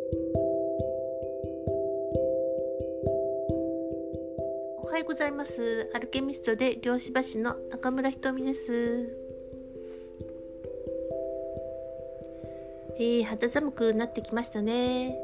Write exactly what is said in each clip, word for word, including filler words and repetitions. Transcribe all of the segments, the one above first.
おはようございます。アルケミストで漁師橋の中村ひとみです。えー、肌寒くなってきましたね。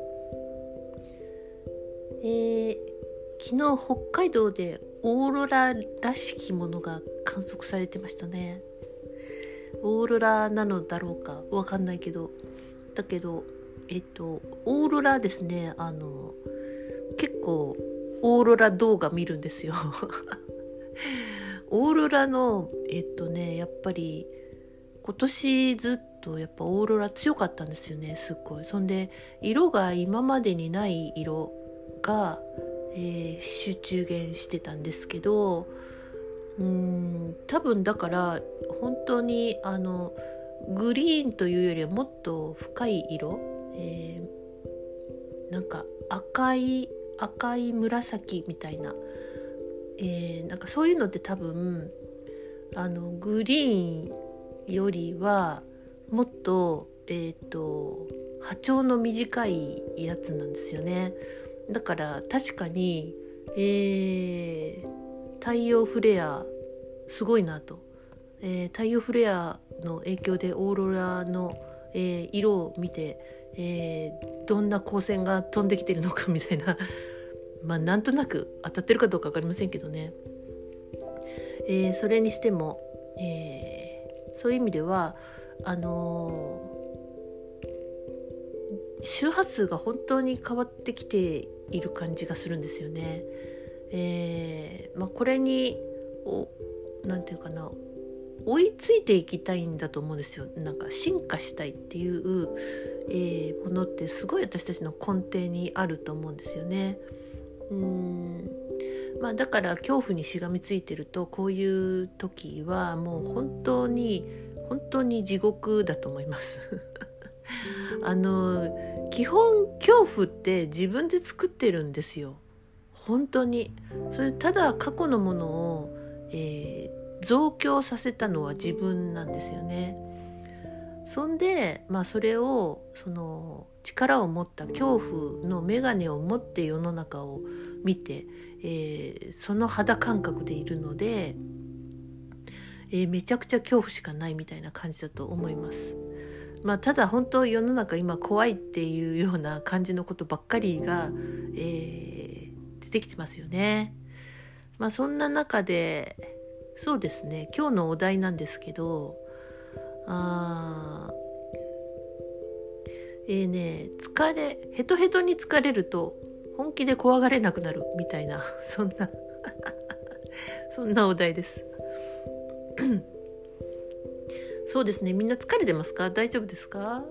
えー、昨日北海道でオーロラらしきものが観測されてましたね。オーロラなのだろうかわかんないけど、だけどえっとオーロラですね。あの結構オーロラ動画見るんですよ。オーロラのえっとねやっぱり今年ずっとやっぱオーロラ強かったんですよね。すっごい。そんで色が今までにない色が、えー、集中現してたんですけど、うーん多分だから本当にあのグリーンというよりはもっと深い色、えー、なんか赤い赤い紫みたいな、えー、なんかそういうのって多分あのグリーンよりはもっとえっと波長の短いやつなんですよね。だから確かに、えー、太陽フレアすごいなと、えー、太陽フレアの影響でオーロラの、えー、色を見て、えー、どんな光線が飛んできてるのかみたいなまあなんとなく当たってるかどうか分かりませんけどね、えー、それにしても、えー、そういう意味ではあのー、周波数が本当に変わってきている感じがするんですよね。えーまあ、これにおなんていうかな追いついていきたいんだと思うんですよ。なんか進化したいっていう、えー、ものってすごい私たちの根底にあると思うんですよね。うーんまあ、だから恐怖にしがみついてるとこういう時はもう本当に本当に地獄だと思いますあの基本恐怖って自分で作ってるんですよ。本当にそれただ過去のものを、えー、増強させたのは自分なんですよね。そんで、まあ、それをその力を持った恐怖の眼鏡を持って世の中を見て、えー、その肌感覚でいるので、えー、めちゃくちゃ恐怖しかないみたいな感じだと思います。まあ、ただ本当世の中今怖いっていうような感じのことばっかりが、えー、出てきてますよね。まあ、そんな中でそうですね今日のお題なんですけど、あえーね疲れヘトヘトに疲れると本気で怖がれなくなるみたいなそんなそんなお題ですそうですねみんな疲れてますか？大丈夫ですか？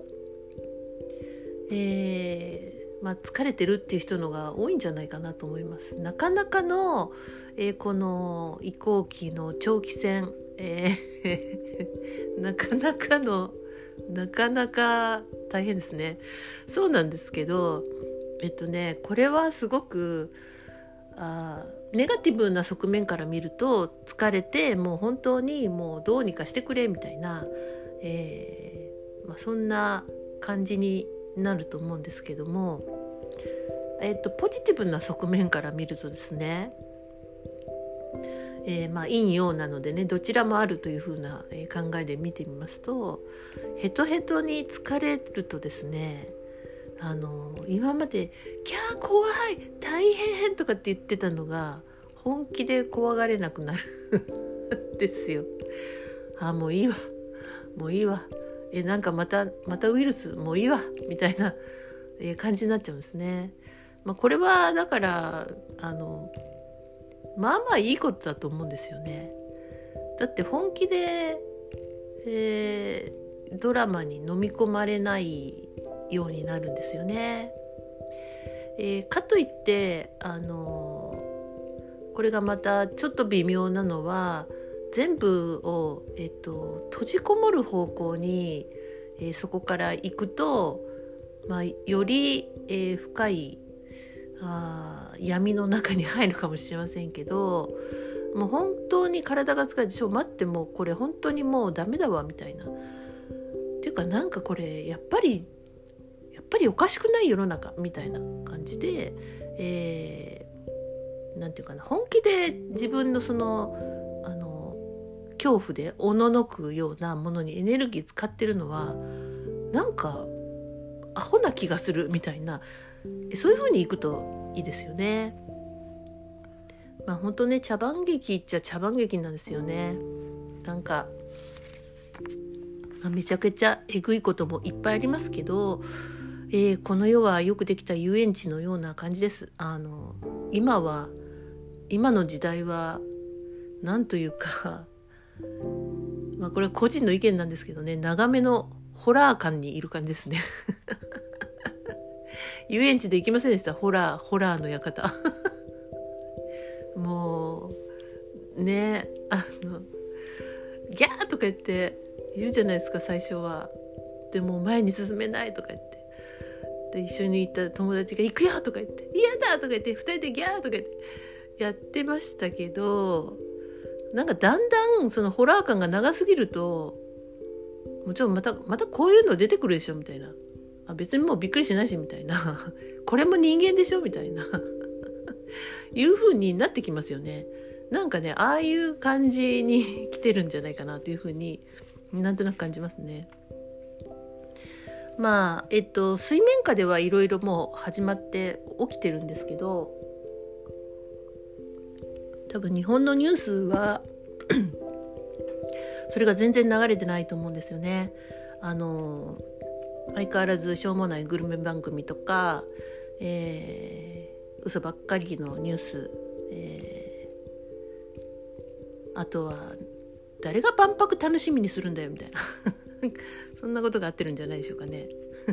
えー、まあ疲れてるっていう人のが多いんじゃないかなと思います。なかなかの、えー、この移行期の長期戦、えー、なかなかのなかなか大変ですね。そうなんですけどえっとねこれはすごくあネガティブな側面から見ると疲れてもう本当にもうどうにかしてくれみたいな、えーまあ、そんな感じになると思うんですけども、えっと、ポジティブな側面から見るとですね、えー、まあ陰陽なのでねどちらもあるというふうな考えで見てみますとヘトヘトに疲れるとですねあの今までキャー怖い大変とかって言ってたのが本気で怖がれなくなるですよ。あもういいわもういいわえなんかまたまたウイルスもういいわみたいな感じになっちゃうんですね。まあ、これはだからあのまあまあいいことだと思うんですよね。だって本気で、えー、ドラマに飲み込まれないようになるんですよね。えー、かといってあのー、これがまたちょっと微妙なのは全部を、えーと、閉じこもる方向に、えー、そこから行くと、まあ、より、えー、深いあ闇の中に入るかもしれませんけどもう本当に体が疲れてちょ待ってもうこれ本当にもうダメだわみたいなっていうかなんかこれやっぱりやっぱりおかしくない世の中みたいな感じで、えー、なんていうかな、本気で自分のそのあの恐怖でおののくようなものにエネルギー使ってるのはなんかアホな気がするみたいな、そういう風にいくといいですよね。まあ本当ね、茶番劇っちゃ茶番劇なんですよね。なんかめちゃくちゃえぐいこともいっぱいありますけど、えー、この世はよくできた遊園地のような感じです。あの今は今の時代はなんというかまあこれは個人の意見なんですけどね、長めのホラー感にいる感じですね遊園地で行きませんでした？ホラーホラーの館もうね、あのギャーとか言って言うじゃないですか最初は。でも前に進めないとか言って、で一緒に行った友達が行くよとか言って嫌だとか言ってふたりでギャーとか言ってやってましたけど、なんかだんだんそのホラー感が長すぎるともちろんまたまたこういうの出てくるでしょみたいな、あ別にもうびっくりしないしみたいなこれも人間でしょみたいないう風になってきますよね。なんかね、ああいう感じに来てるんじゃないかなという風になんとなく感じますね。まあえっと水面下ではいろいろもう始まって起きてるんですけど、多分日本のニュースはそれが全然流れてないと思うんですよね。あの相変わらずしょうもないグルメ番組とか、えー、嘘ばっかりのニュース、えー、あとは誰が万博楽しみにするんだよみたいなそんなことがあってるんじゃないでしょうかね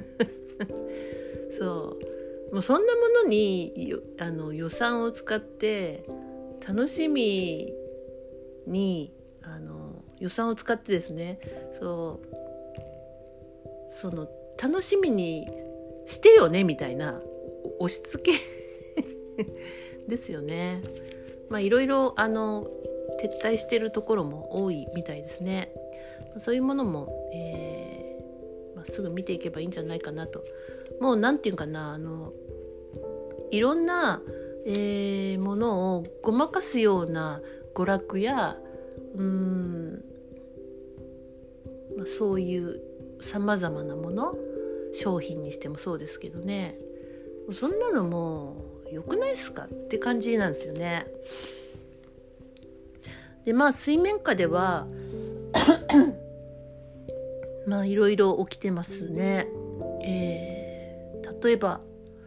そうもうそんなものにあの予算を使って楽しみにあの予算を使ってですね、そうその楽しみにしてよねみたいな押し付けですよね。まあいろいろあの撤退してるところも多いみたいですね。そういうものも、えーまあ、すぐ見ていけばいいんじゃないかなと。もうなんていうかな、あのいろんな、えー、ものをごまかすような娯楽やうーん、まあ、そういうさまざまなもの、商品にしてもそうですけどね、そんなのもう良くないっすかって感じなんですよね。でまあ水面下ではまあいろいろ起きてますね。えー、例えば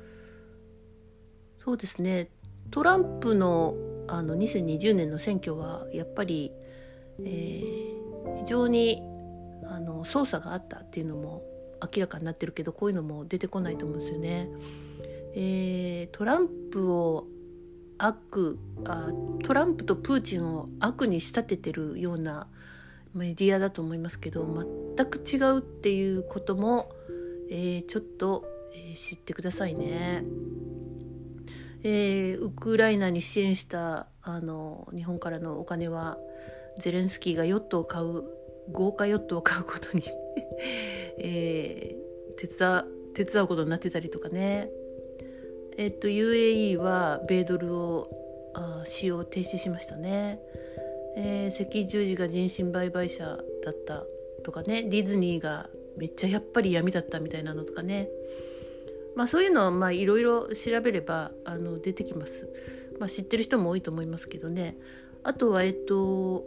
そうですね、トランプのあのにせんにじゅうねんの選挙はやっぱり、えー、非常にあの操作があったっていうのも明らかになってるけど、こういうのも出てこないと思うんですよね。えー、トランプを悪あトランプとプーチンを悪に仕立ててるようなメディアだと思いますけど、全く違うっていうことも、えー、ちょっと、えー、知ってくださいね。えー、ウクライナに支援したあの日本からのお金はゼレンスキーがヨットを買う豪華ヨットを買うことに、えー、手伝手伝うことになってたりとかね。えっと ユーエーイー は米ドルをあ使用停止しましたね。えー、赤十字が人身売買者だったとかね、ディズニーがめっちゃやっぱり闇だったみたいなのとかね。まあそういうのはまあいろいろ調べればあの出てきます。まあ知ってる人も多いと思いますけどね。あとはえっと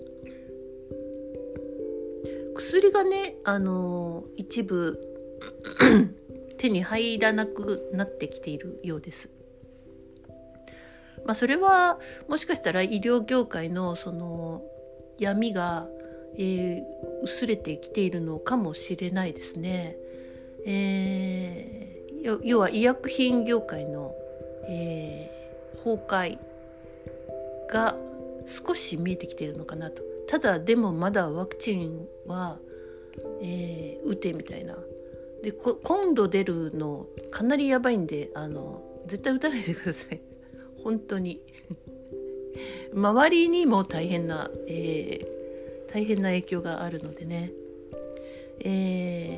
薬がね、あの一部手に入らなくなってきているようです。まあそれはもしかしたら医療業界のその闇が、えー、薄れてきているのかもしれないですね。えー要は医薬品業界の、えー、崩壊が少し見えてきているのかなと。ただでもまだワクチンは、えー、打てみたいなでこ今度出るのかなりやばいんで、あの絶対打たないでください本当に周りにも大変な、えー、大変な影響があるのでね、えー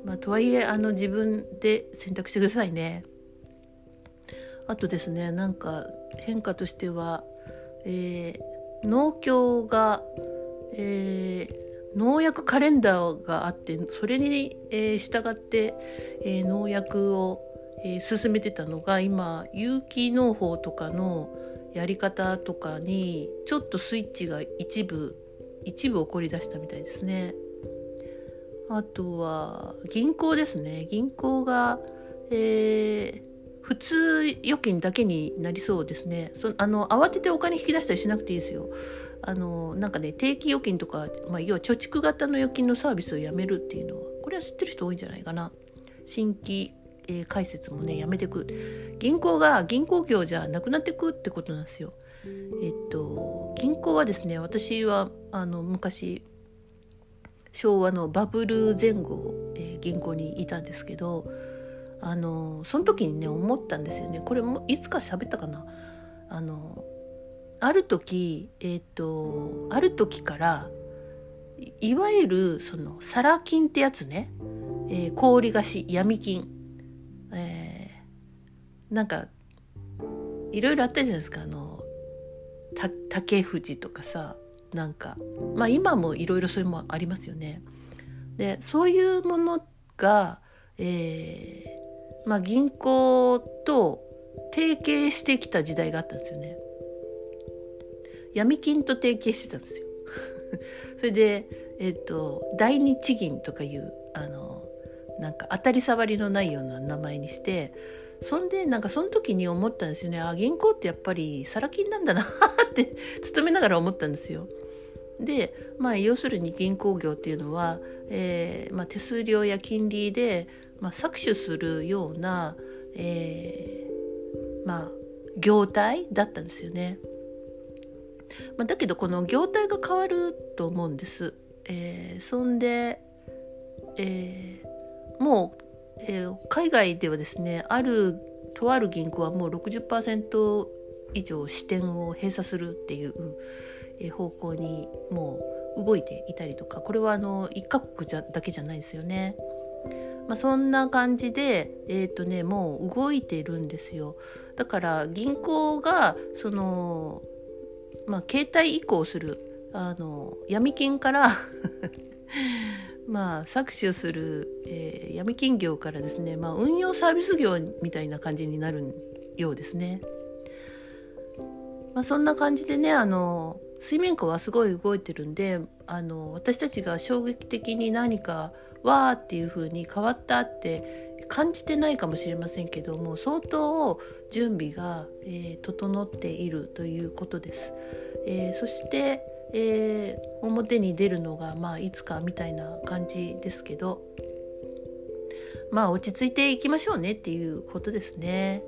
まあ、とはいえあの自分で選択してくださいね。あとですね、なんか変化としては、えー、農協が、えー、農薬カレンダーがあって、それに、えー、従って、えー、農薬を、えー、進めてたのが、今有機農法とかのやり方とかにちょっとスイッチが一部一部起こり出したみたいですね。あとは銀行ですね。銀行が、えー、普通預金だけになりそうですね。そあの慌ててお金引き出したりしなくていいですよ。あのなんかね、定期預金とか、まあ、要は貯蓄型の預金のサービスをやめるっていうのは、これは知ってる人多いんじゃないかな。新規、えー、開設もねやめてく。銀行が銀行業じゃなくなってくってことなんですよ。えっと銀行はですね、私はあの昔昭和のバブル前後、えー、銀行にいたんですけど、あのその時にね思ったんですよね。これもいつか喋ったかな。あのある時、えっとある時からいわゆるそのサラ金ってやつね、えー、高利貸し闇金、えー、なんかいろいろあったじゃないですか。あのた竹藤とかさ、なんかまあ今もいろいろそういうものありますよね。でそういうものが、えーまあ、銀行と提携してきた時代があったんですよね。闇金と提携してたんですよそれで、えーと、大日銀とかいうあのなんか当たり障りのないような名前にして、そんでなんかその時に思ったんですよね。あ、銀行ってやっぱりサラ金なんだなって勤めながら思ったんですよ。で、まあ、要するに銀行業っていうのは、えーまあ、手数料や金利で、まあ、搾取するような、えーまあ、業態だったんですよね。まあ、だけどこの業態が変わると思うんです。えー、そんで、えー、もう、えー、海外ではですね、あるとある銀行はもう ろくじゅっパーセント 以上支店を閉鎖するっていう方向にもう動いていたりとか、これはあのいっカ国じゃだけじゃないですよね。まあ、そんな感じで、えーとね、もう動いてるんですよ。だから銀行がその、まあ、携帯移行するあの闇金からまあ搾取する、えー、闇金業からですね、まあ、運用サービス業みたいな感じになるようですね。まあ、そんな感じでね、あの水面下はすごい動いてるんで、あの私たちが衝撃的に何かわーっていう風に変わったって感じてないかもしれませんけども、相当準備が、えー、整っているということです。えー、そして、えー、表に出るのが、まあ、いつかみたいな感じですけど、まあ落ち着いていきましょうねっていうことですね。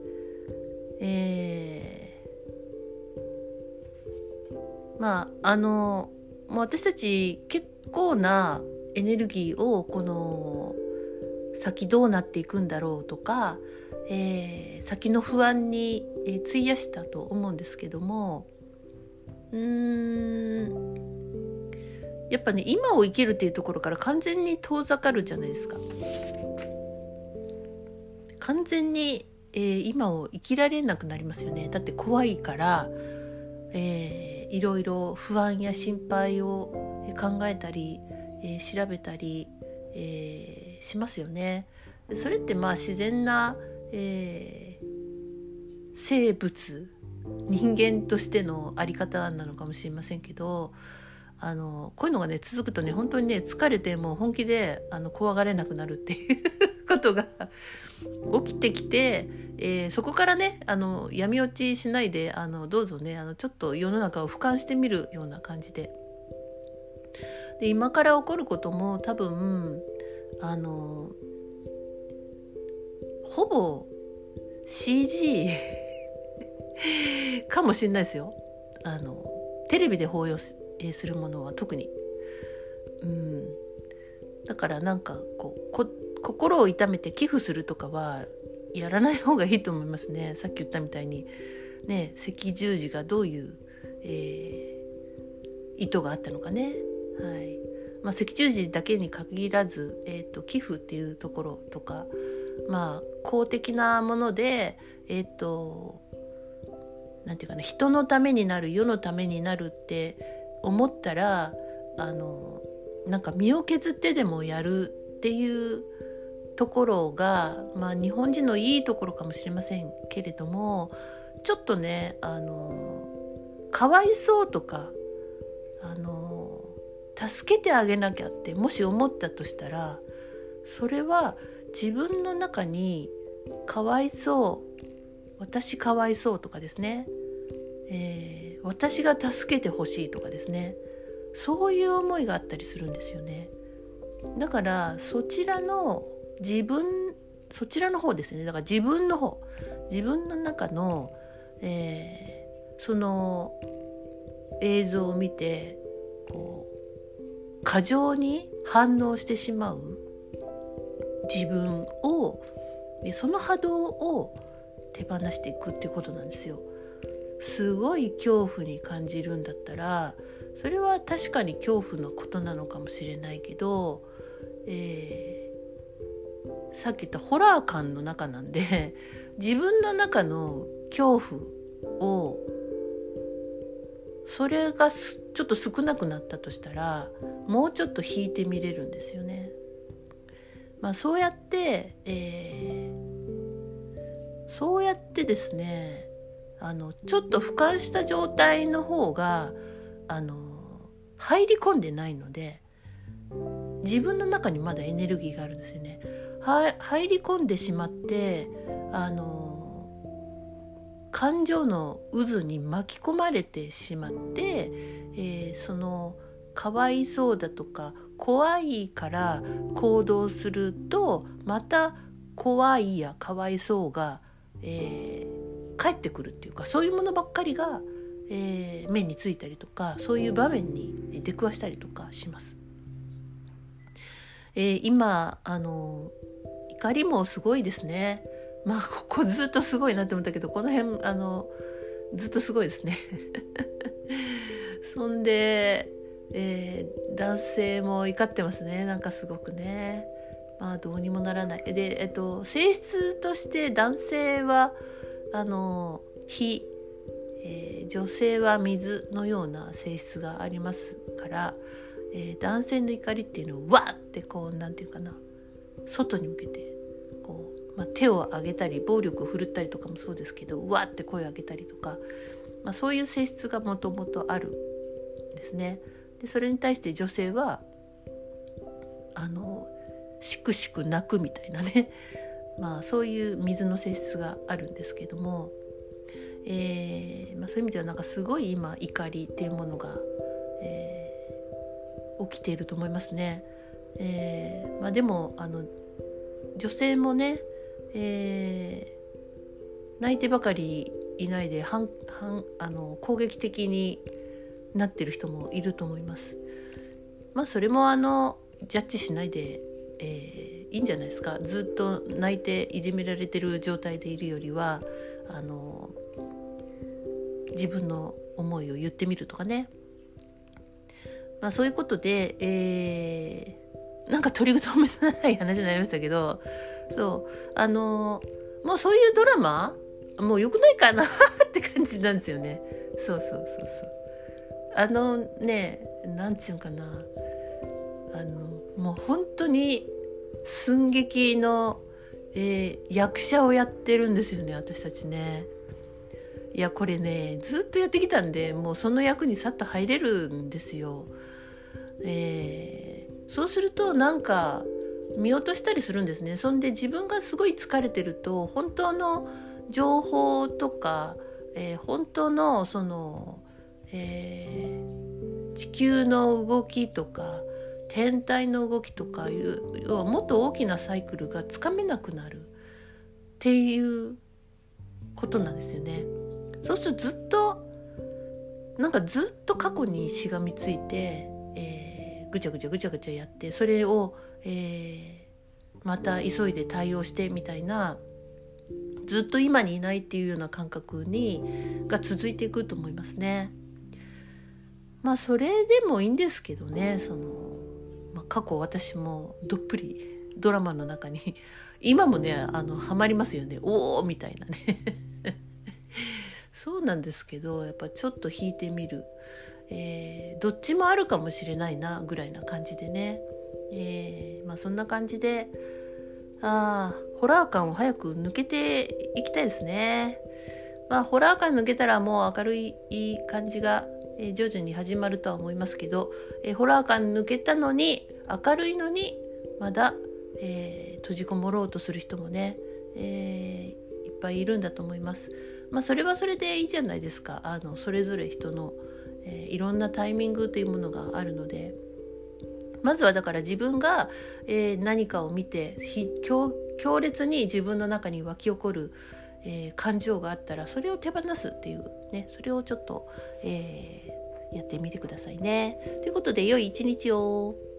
えーまああのもう私たち結構なエネルギーをこの先どうなっていくんだろうとか、えー、先の不安に、えー、費やしたと思うんですけども、うーんやっぱね、今を生きるっていうところから完全に遠ざかるじゃないですか。完全に、えー、今を生きられなくなりますよね。だって怖いから、えーいろいろ不安や心配を考えたり、えー、調べたり、えー、しますよね。それってまあ自然な、えー、生物人間としてのあり方なのかもしれませんけど、あのこういうのがね続くとね、本当にね疲れてもう本気であの怖がれなくなるっていうことが起きてきて、えー、そこからねあの闇落ちしないで、あのどうぞねあのちょっと世の中を俯瞰してみるような感じで、で今から起こることも多分あのほぼ シージー かもしれないですよ。あのテレビで放映するものは特に、うん、だからなんかこうこ心を痛めて寄付するとかはやらない方がいいと思いますね。さっき言ったみたいにね、赤十字がどういう、えー、意図があったのかね、はい、 まあ、赤十字だけに限らず、えーと、寄付っていうところとか、まあ、公的なもので、えーと、なんていうかな、人のためになる、世のためになるって思ったら、あのなんか身を削ってでもやるっていうところが、まあ、日本人のいいところかもしれませんけれども、ちょっとね、あのかわいそうとか、あの助けてあげなきゃってもし思ったとしたら、それは自分の中にかわいそう、私かわいそうとかですね、えー、私が助けてほしいとかですね、そういう思いがあったりするんですよね。だからそちらの自分そちらの方ですね。だから自分の方自分の中の、えー、その映像を見てこう過剰に反応してしまう自分を、でその波動を手放していくっていうことなんですよ。すごい恐怖に感じるんだったら、それは確かに恐怖のことなのかもしれないけど、えー、さっき言ったホラー感の中なんで、自分の中の恐怖をそれがちょっと少なくなったとしたら、もうちょっと引いてみれるんですよね。まあ、そうやって、えー、そうやってですね、あのちょっと俯瞰した状態の方があの入り込んでないので、自分の中にまだエネルギーがあるんですよね。は入り込んでしまって、あの感情の渦に巻き込まれてしまって、えー、そのかわいそうだとか怖いから行動すると、また怖いやかわいそうが、えー帰ってくるっていうか、そういうものばっかりが、えー、目についたりとか、そういう場面に出くわしたりとかします。えー、今あの怒りもすごいですね。まあここずっとすごいなって思ったけど、この辺あのずっとすごいですね。そんで、えー、男性も怒ってますね。なんかすごくね、まあどうにもならない。で、えっと性質として男性はあの火、えー、女性は水のような性質がありますから、えー、男性の怒りっていうのをわーってこうなんていうかな、外に向けてこう、まあ、手を上げたり暴力を振るったりとかもそうですけど、わーって声を上げたりとか、まあ、そういう性質がもともとあるんですね。でそれに対して女性はあのしくしく泣くみたいなね、まあ、そういう水の性質があるんですけども、えーまあ、そういう意味ではなんかすごい今怒りっていうものが、えー、起きていると思いますね。えーまあ、でもあの女性もね、えー、泣いてばかりいないで反反あの攻撃的になってる人もいると思います。まあ、それもあのジャッジしないで、えー、いいんじゃないですか。ずっと泣いていじめられてる状態でいるよりは、あの自分の思いを言ってみるとかね、まあ、そういうことで、えー、なんか取り留めのない話になりましたけど、そうあのもうそういうドラマもう良くないかなって感じなんですよね。そうそうそうそうあのね、なんちゅうかな、あのもう本当に寸劇の、えー、役者をやってるんですよね、私たちね。いやこれねずっとやってきたんで、もうその役にさっと入れるんですよ。えー、そうするとなんか見落としたりするんですね。そんで自分がすごい疲れてると、本当の情報とか、えー、本当のその、えー、地球の動きとか天体の動きとかいう、要はもっと大きなサイクルがつかめなくなるっていうことなんですよね。そうするとずっとなんかずっと過去にしがみついて、えー、ぐちゃぐちゃぐちゃぐちゃやって、それを、えー、また急いで対応してみたいな、ずっと今にいないっていうような感覚にが続いていくと思いますね。まあそれでもいいんですけどね、そのまあ、過去私もどっぷりドラマの中に今もねあのハマりますよね。おーみたいなねそうなんですけど、やっぱちょっと引いてみる、えー、どっちもあるかもしれないなぐらいな感じでね、えー、まあそんな感じで、あホラー感を早く抜けていきたいですね。まあホラー感抜けたらもう明るいいい感じが、えー、徐々に始まるとは思いますけど、えー、ホラー感抜けたのに明るいのにまだ、えー、閉じこもろうとする人もね、えー、いっぱいいるんだと思います。まあそれはそれでいいじゃないですか。あのそれぞれ人の、えー、いろんなタイミングというものがあるので、まずはだから自分が、えー、何かを見て強、強烈に自分の中に湧き起こる、えー、感情があったらそれを手放すっていうね、それをちょっと、えー、やってみてくださいね。ということで良い一日を。